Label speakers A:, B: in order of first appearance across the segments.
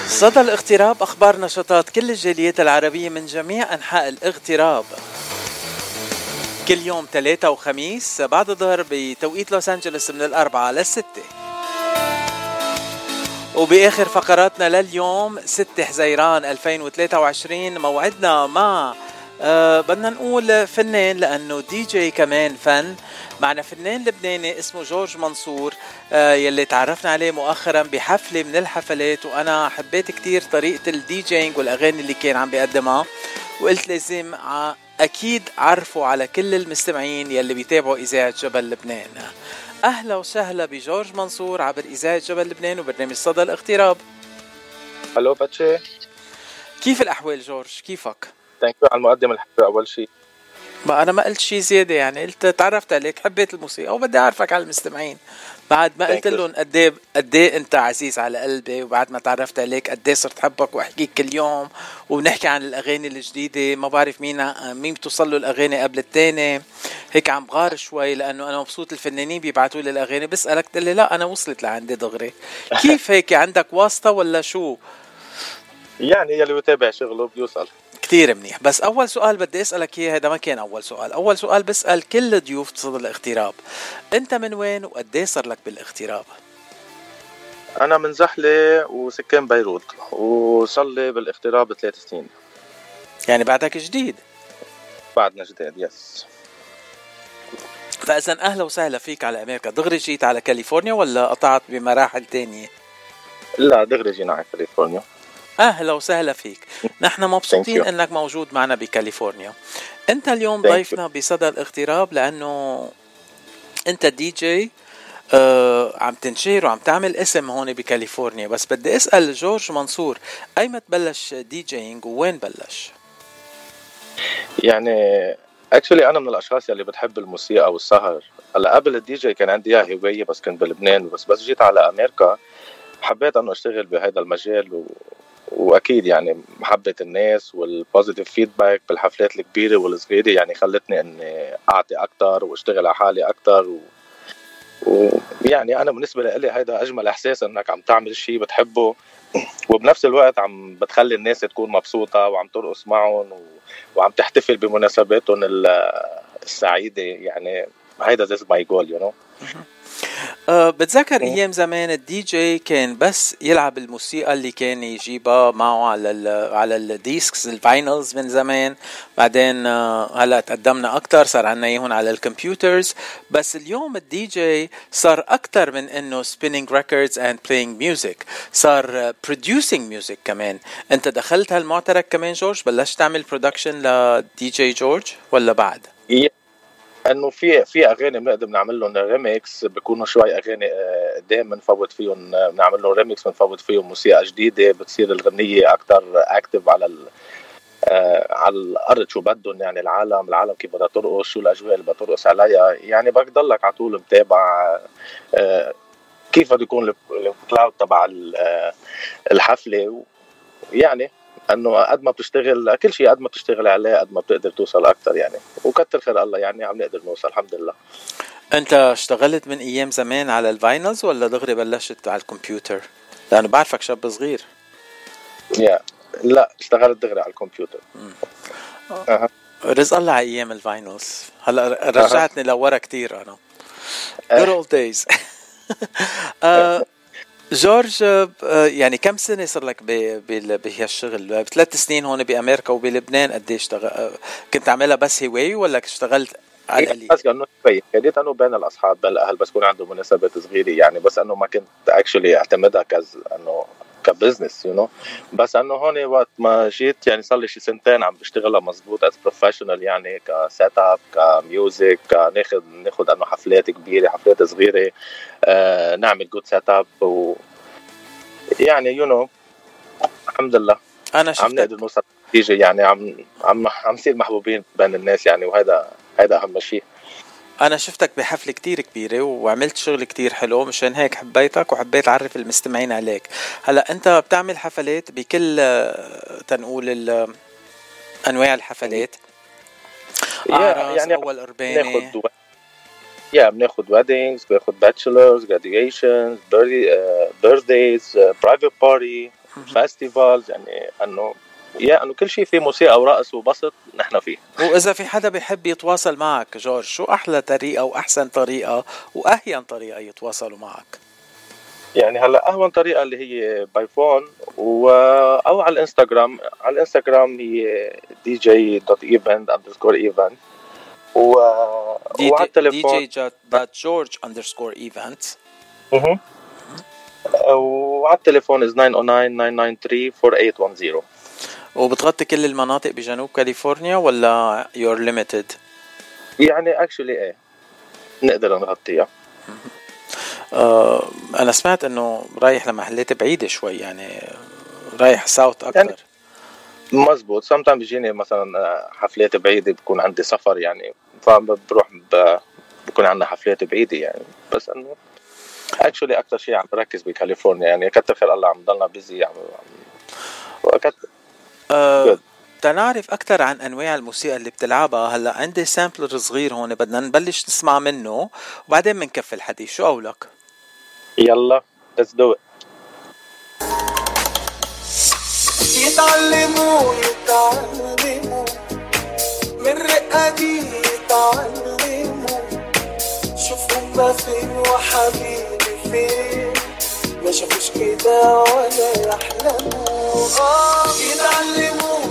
A: صدى الاغتراب، أخبار نشاطات كل الجاليات العربية من جميع أنحاء الاغتراب، كل يوم ثلاثة وخميس بعد الظهر بتوقيت لوس أنجلوس من 4 لل6. وبآخر فقراتنا لليوم 6 حزيران 2023 موعدنا مع بدنا نقول فنان، لأنه دي جي كمان فن. معنا فنان لبناني اسمه جورج منصور، يلي تعرفنا عليه مؤخرا بحفلة من الحفلات، وأنا حبيت كتير طريقة الدي جينج والأغاني اللي كان عم بيقدمها، وقلت لازم أكيد عرفوا على كل المستمعين يلي بيتابعوا إذاعة جبل لبنان. أهلا وسهلا بجورج منصور عبر إذاعة جبل لبنان وبرنامج صدى الاغتراب.
B: هلو باتشي،
A: كيف الأحوال جورج؟ كيفك؟
B: ثانك يو على المقدمة الحلوة. أول شيء
A: ما أنا ما قلت شيء زيادة، يعني قلت تعرفت عليك، حبيت الموسيقى وبدي أعرفك على المستمعين. بعد ما قلت لهم قديه أنت عزيز على قلبي، وبعد ما تعرفت عليك قديه صرت حبك وأحكيك كل يوم ونحكي عن الأغاني الجديدة. ما بعرف مين بتوصل له الأغاني قبل التاني، هيك عم بغار شوي لأنه أنا مبسوط الفنانين بيبعتوا لي الأغاني. بسألك تقلي لا أنا وصلت لعندي دغري. كيف هيك، عندك واسطة ولا شو؟
B: يعني يلي بتابع شغله بيوصل.
A: كتير منيح. بس أول سؤال بدي أسألك إياه، هذا ما كان أول سؤال بسأل كل ضيوف صدى الاغتراب، أنت من وين وقديه صار لك بالاغتراب؟
B: أنا من زحلة وسكان بيروت، وصار لي بالاغتراب 3 سنين.
A: يعني بعدك جديد؟
B: بعدنا جديد، يس.
A: فإذن أهلا وسهلا فيك على أمريكا. دغري جيت على كاليفورنيا ولا قطعت بمراحل تانية؟
B: لا، دغري جينا على كاليفورنيا.
A: أهلا وسهلا فيك. نحن مبسوطين أنك موجود معنا بكاليفورنيا. أنت اليوم ضيفنا بصدى الاغتراب لأنه أنت دي جي، عم تنشهر وعم تعمل اسم هون بكاليفورنيا. بس بدي أسأل جورج منصور، أيمت بلش دي جينج ووين بلش؟
B: يعني اكشلي انا من الاشخاص اللي بتحب الموسيقى والسهر. هلا قبل الدي جي كان عندي هوايه، بس كنت بلبنان. بس جيت على امريكا حبيت انه اشتغل بهذا المجال، واكيد يعني محبه الناس والبوزيتيف فيدباك بالحفلات الكبيره والصغيره يعني خلتني اني اعطي اكتر واشتغل على حالي اكتر. ويعني انا بالنسبه لي هذا اجمل احساس، انك عم تعمل شيء بتحبه وبنفس الوقت عم بتخلي الناس تكون مبسوطه وعم ترقص معهم وعم تحتفل بمناسباتهم السعيده. يعني هيدا this my goal, you know.
A: بتذكر ايام زمان الدي جي كان بس يلعب الموسيقى اللي كان يجيبها معه على الديسكس الفاينلز من زمان. بعدين هلا تقدمنا اكتر، صار عنا ايهن على الكمبيوترز. بس اليوم الدي جي صار اكتر من انه spinning records and playing music، صار producing music كمان. انت دخلت هالمعترك كمان جورج؟ بلشت تعمل production لدي جي جورج ولا بعد؟
B: انه في اغاني بنقدر نعمل لهم ريميكس، بيكونوا شوي اغاني قدام بنفوت فيهم، بنعمل لهم ريميكس بنفوت فيهم موسيقى جديده، بتصير الغنيه اكثر اكتف على الارض شو بدهم. يعني العالم كيف بدها ترقص، شو الاجواء اللي بدها ترقص عليها. يعني بدك تضلك على طول متابع كيف بده يكون الكلاود تبع الحفله. يعني انه قد ما بتشتغل كل شيء، قد ما بتشتغل عليه قد ما بتقدر توصل اكثر يعني. وكتر خير الله يعني عم نقدر نوصل الحمد لله.
A: انت اشتغلت من ايام زمان على الفاينلز ولا دغري بلشت على الكمبيوتر؟ لانه بعرفك شاب صغير.
B: لا، اشتغلت دغري على الكمبيوتر.
A: رزق الله على ايام الفاينلز. هلا رجعتني لورا كتير انا. good old days. جورج، يعني كم سنة صار لك بهالشغل؟ 3 سنين هون بأمريكا وبلبنان. قديش كنت عاملها بس هواية ولا اشتغلت على القليل؟
B: بس انه هواية، كانت انه بين الاصحاب بين الاهل، بس كون عندهم مناسبات صغيرة يعني. بس انه ما كنت اكشلي اعتمدها انه كبزنس يو نو. بس انه هون وقت ما جيت يعني صار لي شي 2 سنين عم بشتغلها مزبوط از بروفيشنال، يعني كسيت اب كميوزك، ناخذ انه حفلات كبيره حفلات صغيره، نعمل جود سيت اب يعني يو نو. الحمد لله
A: انا
B: عم نقدر نوصل نتيجه، يعني عم نصير محبوبين بين الناس يعني. وهذا اهم شيء.
A: أنا شفتك بحفلة كتير كبيرة وعملت شغل كتير حلو، مشان هيك حبيتك وحبيت أعرف المستمعين عليك. هلأ أنت بتعمل حفلات بكل تنقول أنواع الحفلات، عرس
B: يعني
A: أول أرباني.
B: بناخد weddings، بناخد bachelors، graduations، birthdays، private party، فيستيفالز، يعني انه كل شيء فيه موسيقى ورقص وبسط نحن فيه.
A: واذا في حدا بيحب يتواصل معك جورج، شو احلى طريقه واحسن طريقه واهين طريقه يتواصلوا معك؟
B: يعني هلا اهون طريقه اللي هي باي فون او على الانستغرام. على الانستغرام هي dj.event_event وعلى التليفون
A: dj.george_event.
B: وعلى التليفون 909-993-4810.
A: وبتغطي كل المناطق بجنوب كاليفورنيا ولا you're limited؟
B: يعني actually ايه نقدر نغطيها.
A: انا سمعت انه رايح لمحلات بعيدة شوي، يعني رايح ساوث اكتر.
B: يعني مزبوط. sometimes بيجيني مثلا حفلات بعيدة، بكون عندي سفر يعني، فبروح بكون عندنا حفلات بعيدة يعني. بس انه actually اكتر شيء عم بركز بكاليفورنيا، يعني كتر خير الله عم ضلنا بيزي
A: تنعرف أكتر عن أنواع الموسيقى اللي بتلعبها. هلأ عندي سامبلر صغير هون، بدنا نبلش نسمع منه وبعدين منكفي الحديث. شو قولك؟
B: يلا let's do it.
C: يتعلموا من رقادي، يتعلموا شوفوا ما فين وحبيبي فين، ما شافوش كده ولا يحلموا. يتعلموا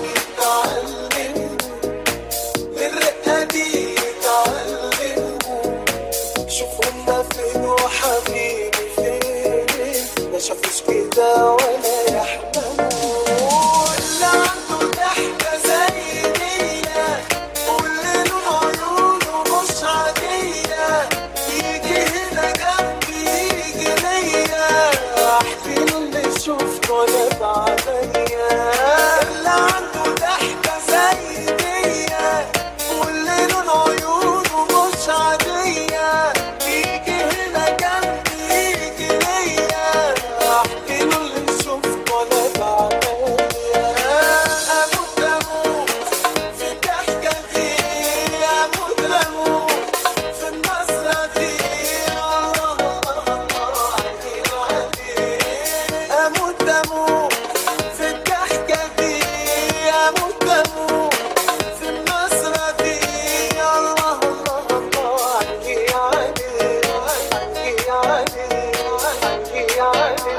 C: من رقادي، يتعلموا شوفوا ما فين وحبيبي فين، ما شافوش كده ولا يحلموا. اللي عنده ضحكة زي دي، واللي له عيونه مش عادية، يجي هنا جنبي يجي ليا، احكي له اللي شفته ولا بعديا. اللي عنده ضحكة زي دي، واللي له عيونه مش عادية، يجي هنا جنبي يجي ليا، احكي له اللي شفته ولا بعديا. اموت في الضحكة دي، اموت في النظرة دي، الله عليك عليك. اموت في الضحكة دي، اموت في النظرة دي، الله عليك عليك عليك.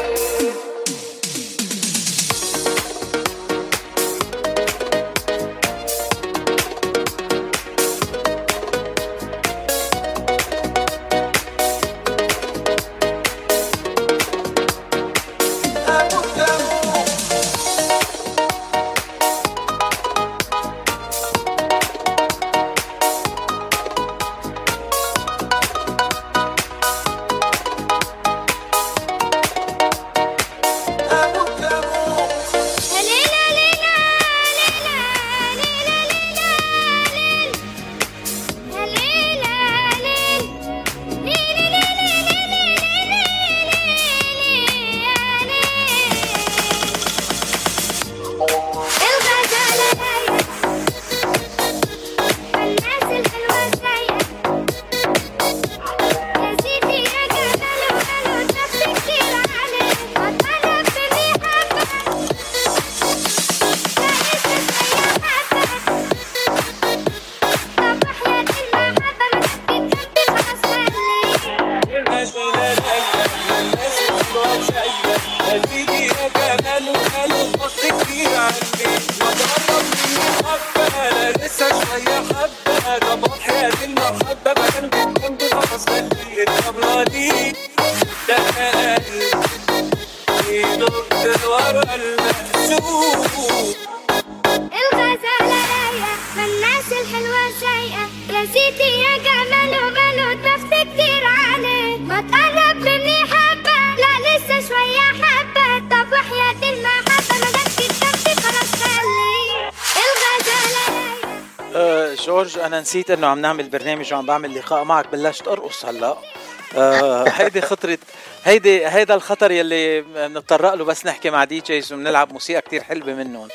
A: جورج، أنا نسيت إنه عم نعمل برنامج وعم بعمل لقاء معك، بلشت أرقص هلأ. هيدي خطرة، هيدا الخطر يلي بنتطرق له بس نحكي مع دي جيز وبنلعب موسيقى كتير حلوة منهم.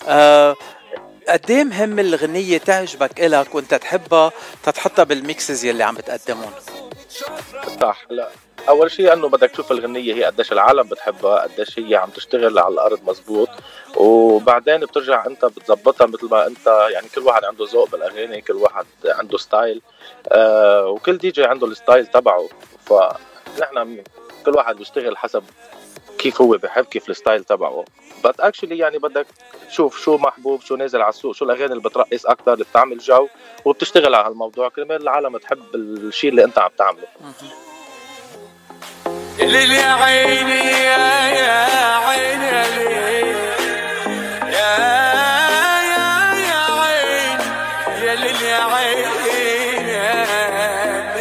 A: قديه مهم الغنية تعجبك إلك وانت تحبها تتحطها بالميكسز يلي عم بتقدمون؟
B: صح. لا اول شيء انه بدك تشوف الغنيه هي قديش العالم بتحبها، قديش هي عم تشتغل على الارض مزبوط، وبعدين بترجع انت بتظبطها مثل ما انت، يعني كل واحد عنده ذوق بالاغاني، كل واحد عنده ستايل، وكل دي جي عنده الستايل تبعه. فنحن كل واحد بيشتغل حسب كيف هو بحب، كيف الستايل تبعه. بس اكشلي يعني بدك تشوف شو محبوب، شو نازل على السوق، شو الاغاني اللي بترقص اكثر، اللي بتعمل جو، وبتشتغل على هالموضوع كرمال العالم تحب الشيء اللي انت عم تعمله.
C: ليل يا عيني يا عيني يا ليل يا عيني يا ليل يا عيني يا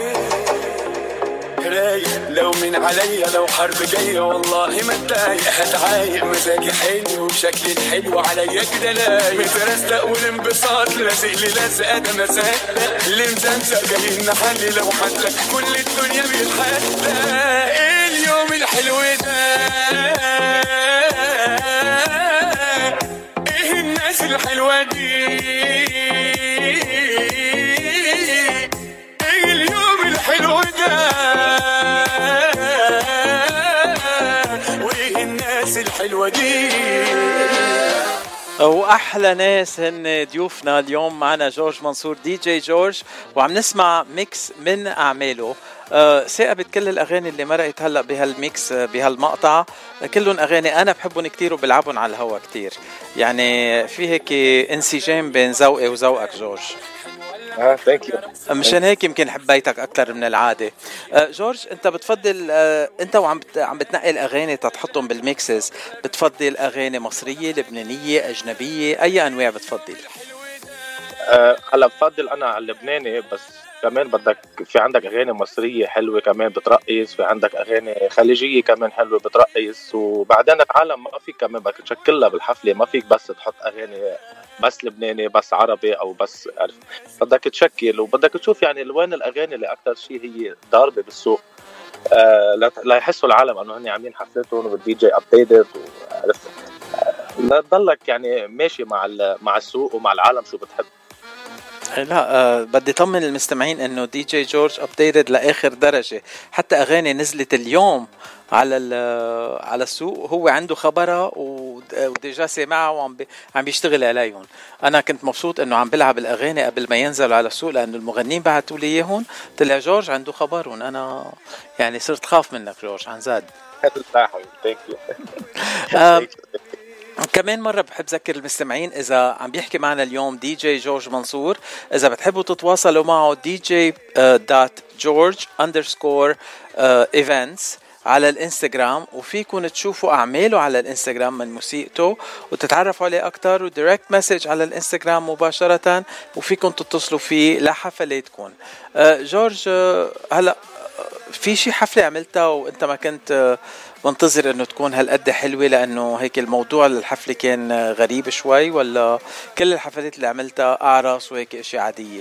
C: ليل. رايق لو من عليا، لو حرب جاية والله ما اتضايق، هتعايق مزاجي حلو وشكلي الحلو عليا كده لايق، مترستق والانبساط لازق لي لازقة، ده انا سايق اللي مزنزق جايين نحلي لو حتى كل الدنيا بيتحدى اليوم الحلو ده. ايه الناس الحلوة دي، ايه اليوم الحلو ده، وايه الناس الحلوة دي.
A: واحلى ناس هن ضيوفنا اليوم. معنا جورج منصور، دي جي جورج، وعم نسمع ميكس من اعماله. ثاقبت كل الاغاني اللي مرقت هلا بهالميكس بهالمقطع، كلهم اغاني انا بحبهم كتير وبلعبهم على الهوا كتير، يعني في هيك انسجام بين ذوقي وذوقك جورج.
B: ثانك يو.
A: مشان هيك يمكن حبيتك اكثر من العاده. جورج، انت بتفضل انت وعم عم بتنقي الاغاني تحطهم بالميكسز، بتفضل اغاني مصريه، لبنانيه، اجنبيه، اي انواع بتفضل؟
B: هلا بفضل انا على اللبناني، بس كمان بدك في عندك اغاني مصريه حلوه كمان بترقص، في عندك اغاني خليجيه كمان حلوه بترقص، وبعدين العالم ما فيك كمان بدك تشكلها بالحفله، ما فيك بس تحط اغاني بس لبناني بس عربي او بس عرف، بدك تشكل وبدك تشوف يعني وين الاغاني اللي اكثر شيء هي ضاربه بالسوق، لا يحسوا العالم انه هن عاملين حفلتهم والدي جي ابديتد، وعرفت لا تضلك يعني ماشي مع السوق ومع العالم شو بتحب.
A: لا بدي طمن المستمعين انه دي جي جورج ابديتد لاخر درجه، حتى اغاني نزلت اليوم على السوق هو عنده خبرها وديجا سمعها وعم بيشتغل عليهم. انا كنت مبسوط انه عم بلعب الاغاني قبل ما ينزلوا على السوق، لانه المغنيين بعثوا لي اياهم، طلع جورج عنده خبرهم. انا يعني صرت خاف منك جورج عن زاد.
B: ثانك يو.
A: كمان مرة بحب ذكر المستمعين إذا عم بيحكي معنا اليوم دي جي جورج منصور، إذا بتحبوا تتواصلوا معه dj.george_events على الانستغرام، وفيكم تشوفوا أعماله على الانستغرام من موسيقته وتتعرفوا عليه أكتر، وديركت مسج على الانستغرام مباشرة، وفيكم تتصلوا فيه لحفلاتكم. جورج، هلأ في شي حفلة عملتها وانت ما كنت منتظر انه تكون هالقد حلوة، لانه هيك الموضوع للحفلة كان غريب شوي، ولا كل الحفلات اللي عملتها اعرس وهيك اشياء عادية؟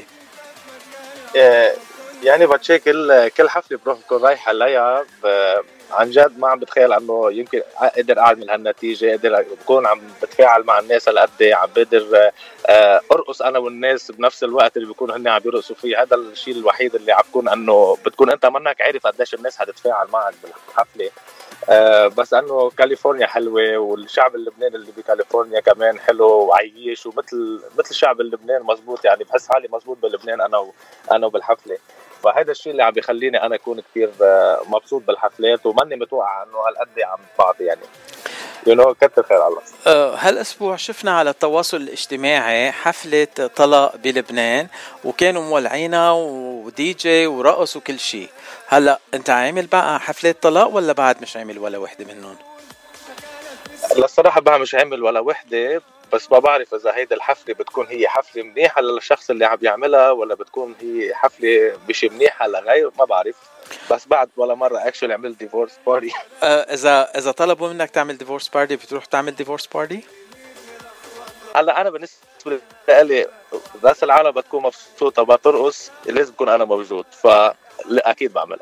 B: يعني بتشي كل حفلة بروح بكون رايح عليها عن جد ما عم بتخيل انه يمكن اقدر اعمل هالنتيجة، اقدر بكون عم بتفاعل مع الناس هالقد، عم بقدر ارقص انا والناس بنفس الوقت اللي بيكونوا هن عم بيرقصوا فيه. هذا الشيء الوحيد اللي عم بكون انه بتكون انت منك عارف قديش الناس هتتفاعل معك بالحفلة. بس انه كاليفورنيا حلوة، والشعب اللبناني اللي بكاليفورنيا كمان حلو وعيش، ومثل الشعب اللبناني مزبوط، يعني بحس حالي مزبوط بلبنان انا وبالحفلة. فهذا الشيء اللي عم بيخليني انا اكون كثير مبسوط بالحفلات، وماني متوقع انه هالقد عم بعض يعني كتر خير الله.
A: هالاسبوع شفنا على التواصل الاجتماعي حفلة طلاق بلبنان، وكانوا مولعينا ودي جي ورقص وكل شيء. هلا انت عامل بقى حفلات طلاق ولا بعد مش عامل ولا وحده منهم؟
B: الصراحه بقى مش عامل ولا وحده، بس ما بعرف اذا هيدا الحفله بتكون هي حفله منيحه للشخص اللي عم يعملها، ولا بتكون هي حفله مش منيحه لغيره، ما بعرف. بس بعد ولا مره اكشلي عملت ديفورس بارتي.
A: اذا طلبوا منك تعمل ديفورس بارتي بتروح تعمل ديفورس بارتي؟
B: هلا انا بالنسبه لي راس العالم بتكون مبسوطه بترقص، لازم اكون انا موجود، فاكيد بعملها.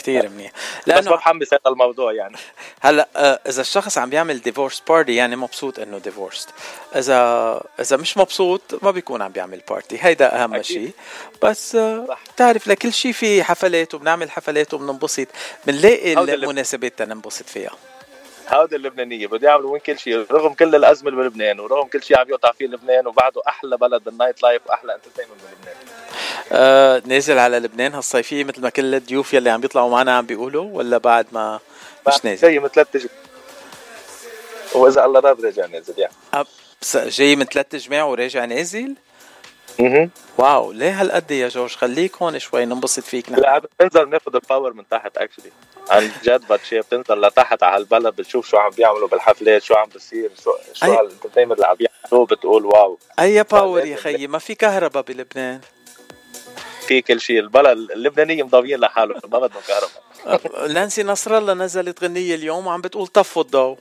A: كتير منيح.
B: بس
A: لانه
B: متحمس هذا الموضوع يعني.
A: هلا اذا الشخص عم بيعمل ديفورس بارتي يعني مبسوط انه ديفورست، اذا مش مبسوط ما بيكون عم بيعمل بارتي، هيدا اهم شيء. بس بتعرف لكل شيء في حفلات، وبنعمل حفلات وبننبسط، بنلاقي المناسبات تنبسط فيها.
B: هودي اللبنانية بدي يعملوا من كل شيء رغم كل الأزمة بلبنان ورغم كل شيء عم يقطع فيه لبنان، وبعده أحلى بلد النايت لايف وأحلى انترتينمنت بلبنان.
A: نازل على لبنان هالصيفية مثل ما كل الضيوف يلي عم بيطلعوا معنا عم بيقولوا، ولا بعد ما مش نازل؟
B: جاي من 3 جماع، وإذا الله راد راجع نازل يعني.
A: جاي من 3 جماع وراجع نازل؟ واو، ليه هالقد يا جورج؟ خليك هون شوي ننبسط فيك.
B: لا بتنزل ناخد الباور من تحت اكشلي عن جد. باتشي بتنزل لتحت على البلد، بتشوف شو عم بيعملوا بالحفلات، شو عم بيصير، شو هالانترتينمنت اللي عم بيعملوا، بتقول واو.
A: اي باور يا خيي، ما في كهرباء بلبنان.
B: في كل شيء، البلد اللبنانية مضويين لحالهم ما بدهم كهرباء.
A: نانسي نصر الله نزلت غنية اليوم وعم بتقول طفوا الضوء.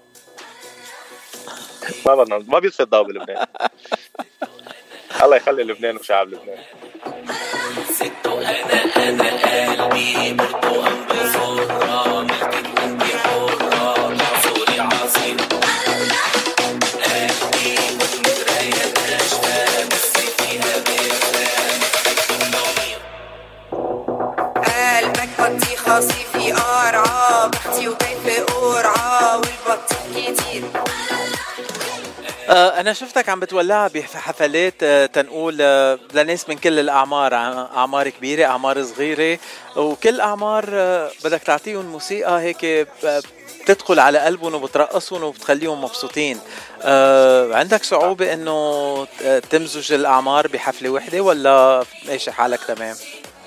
B: ما بيطفي الضوء بلبنان. الله يخلي لبنان وشعب لبنان.
C: ستو أنا قلبي برتقان بصورة ملكة قلبي حرة عصوري عصير قلبي متريا ناشفة بس فيها بيران ضمير قلبك بطيخة صيفي قرعة بختي وكيف قرعة والبطيخ كتير.
A: أنا شفتك عم بتولعها بحفلات تنقول لناس من كل الأعمار، أعمار كبيرة أعمار صغيرة، وكل أعمار بدك تعطيهم موسيقى هيك بتدخل على قلبهم وبترقصهم وبتخليهم مبسوطين. عندك صعوبة إنه تمزج الأعمار بحفلة واحدة ولا ماشي حالك تمام؟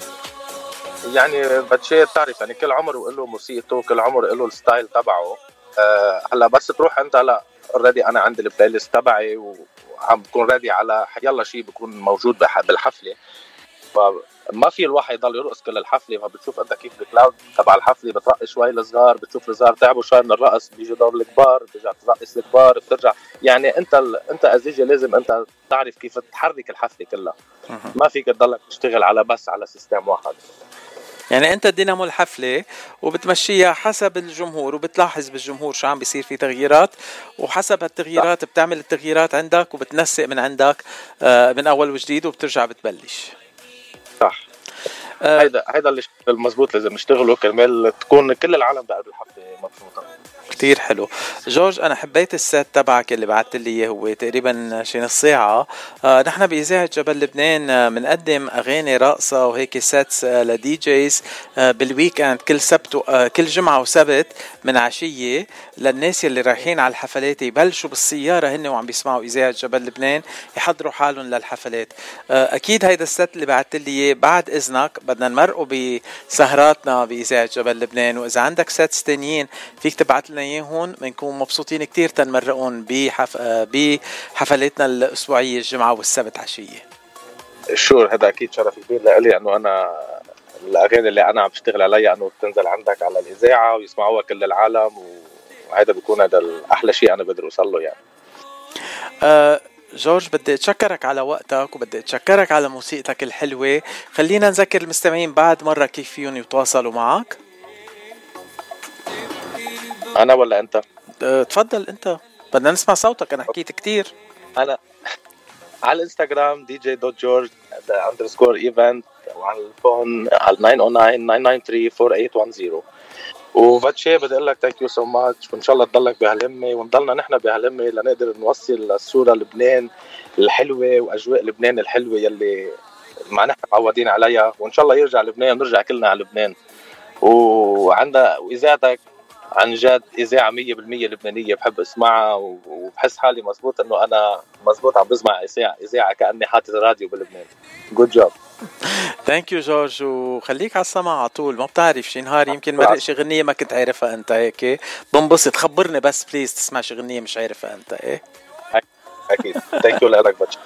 B: يعني بتشي بتعرف يعني كل عمر وله موسيقته، كل عمر له الستايل تبعه. هلا بس تروح أنت لا اوريدي انا عندي البلاي ليست تبعي وعم بكون ريدي على يلا شيء بكون موجود بالحفله، فما في الواحد يضل يرقص كل الحفله. فبتشوف انت كيف الكلاود تبع الحفله بترقص شوي الصغار، بتشوف الصغار تعبوا شوي من الرقص، بيجي دور الكبار بترجع ترقص الكبار بترجع. يعني انت ازيجي لازم انت تعرف كيف تحرك الحفله كلها، ما فيك تضلك تشتغل على بس على سيستم واحد.
A: يعني انت دينامو الحفلة وبتمشيها حسب الجمهور، وبتلاحظ بالجمهور شو عم بيصير في تغييرات، وحسب هالتغييرات بتعمل التغييرات عندك وبتنسق من عندك من اول وجديد وبترجع بتبلش.
B: صح. هيدا اللي المزبوط لازم نشتغله كرمال تكون كل العالم بقلب الحفلة مبسوطة.
A: كتير حلو جورج، انا حبيت السيت تبعك اللي بعثت لي اياه، هو تقريبا شي نص ساعه. نحن باذاعه جبل لبنان بنقدم اغاني راقصه وهيك سيتس لدي جيز بالويكند كل سبت كل جمعه وسبت من عشيه للناس اللي رايحين على الحفلات يبلشوا بالسياره هن وعم بيسمعوا اذاعه جبل لبنان يحضروا حالهم للحفلات. اكيد هيدا السيت اللي بعثت لي اياه بعد اذنك بدنا نمرقوا بسهراتنا باذاعه جبل لبنان، واذا عندك سيتس تانيين فيك تبعت لنا اياهم بنكون مبسوطين كتير تنمرقون بحفلاتنا الاسبوعيه الجمعه والسبت عشيه.
B: شور، هذا اكيد شرف كبير لإلي انه انا الاغاني اللي انا عم بشتغل عليها انه تنزل عندك على الاذاعه ويسمعوها كل العالم، وهذا بيكون هذا احلى شيء انا بقدر اوصل له يعني.
A: جورج بدي اتشكرك على وقتك وبدي اتشكرك على موسيقتك الحلوه. خلينا نذكر المستمعين بعد مره كيف فيهم يتواصلوا معك.
B: انا ولا انت؟
A: تفضل انت، بدنا نسمع صوتك، انا حكيت كتير.
B: انا على الانستغرام dj.george _event، وعلى الفون على 909-993-4810. وباتشي بدي اقول لك ثانك يو سو ماتش، وان شاء الله تضلك بهالهمه ونضلنا نحن بهالهمه لنقدر نوصل الصوره لبنان الحلوه واجواء لبنان الحلوه يلي ما نحن معودين عليها، وان شاء الله يرجع لبنان ونرجع كلنا على لبنان. وعندها واذاعتك عن جد إذاعة 100% لبنانية بحب اسمعها، وبحس حالي مزبوط انه انا مزبوط عم بسمع إذاعة كأني حاطط راديو بلبنان. جود جوب.
A: ثانك يو جورج، وخليك على السمع على طول. ما بتعرف شي نهار يمكن مرق شي غنية ما كنت عارفها انت هيك بنبسط، خبرني بس بليز تسمع شي غنية مش عارفها انت. ايه
B: اكيد. ثانك يو لك باتشي.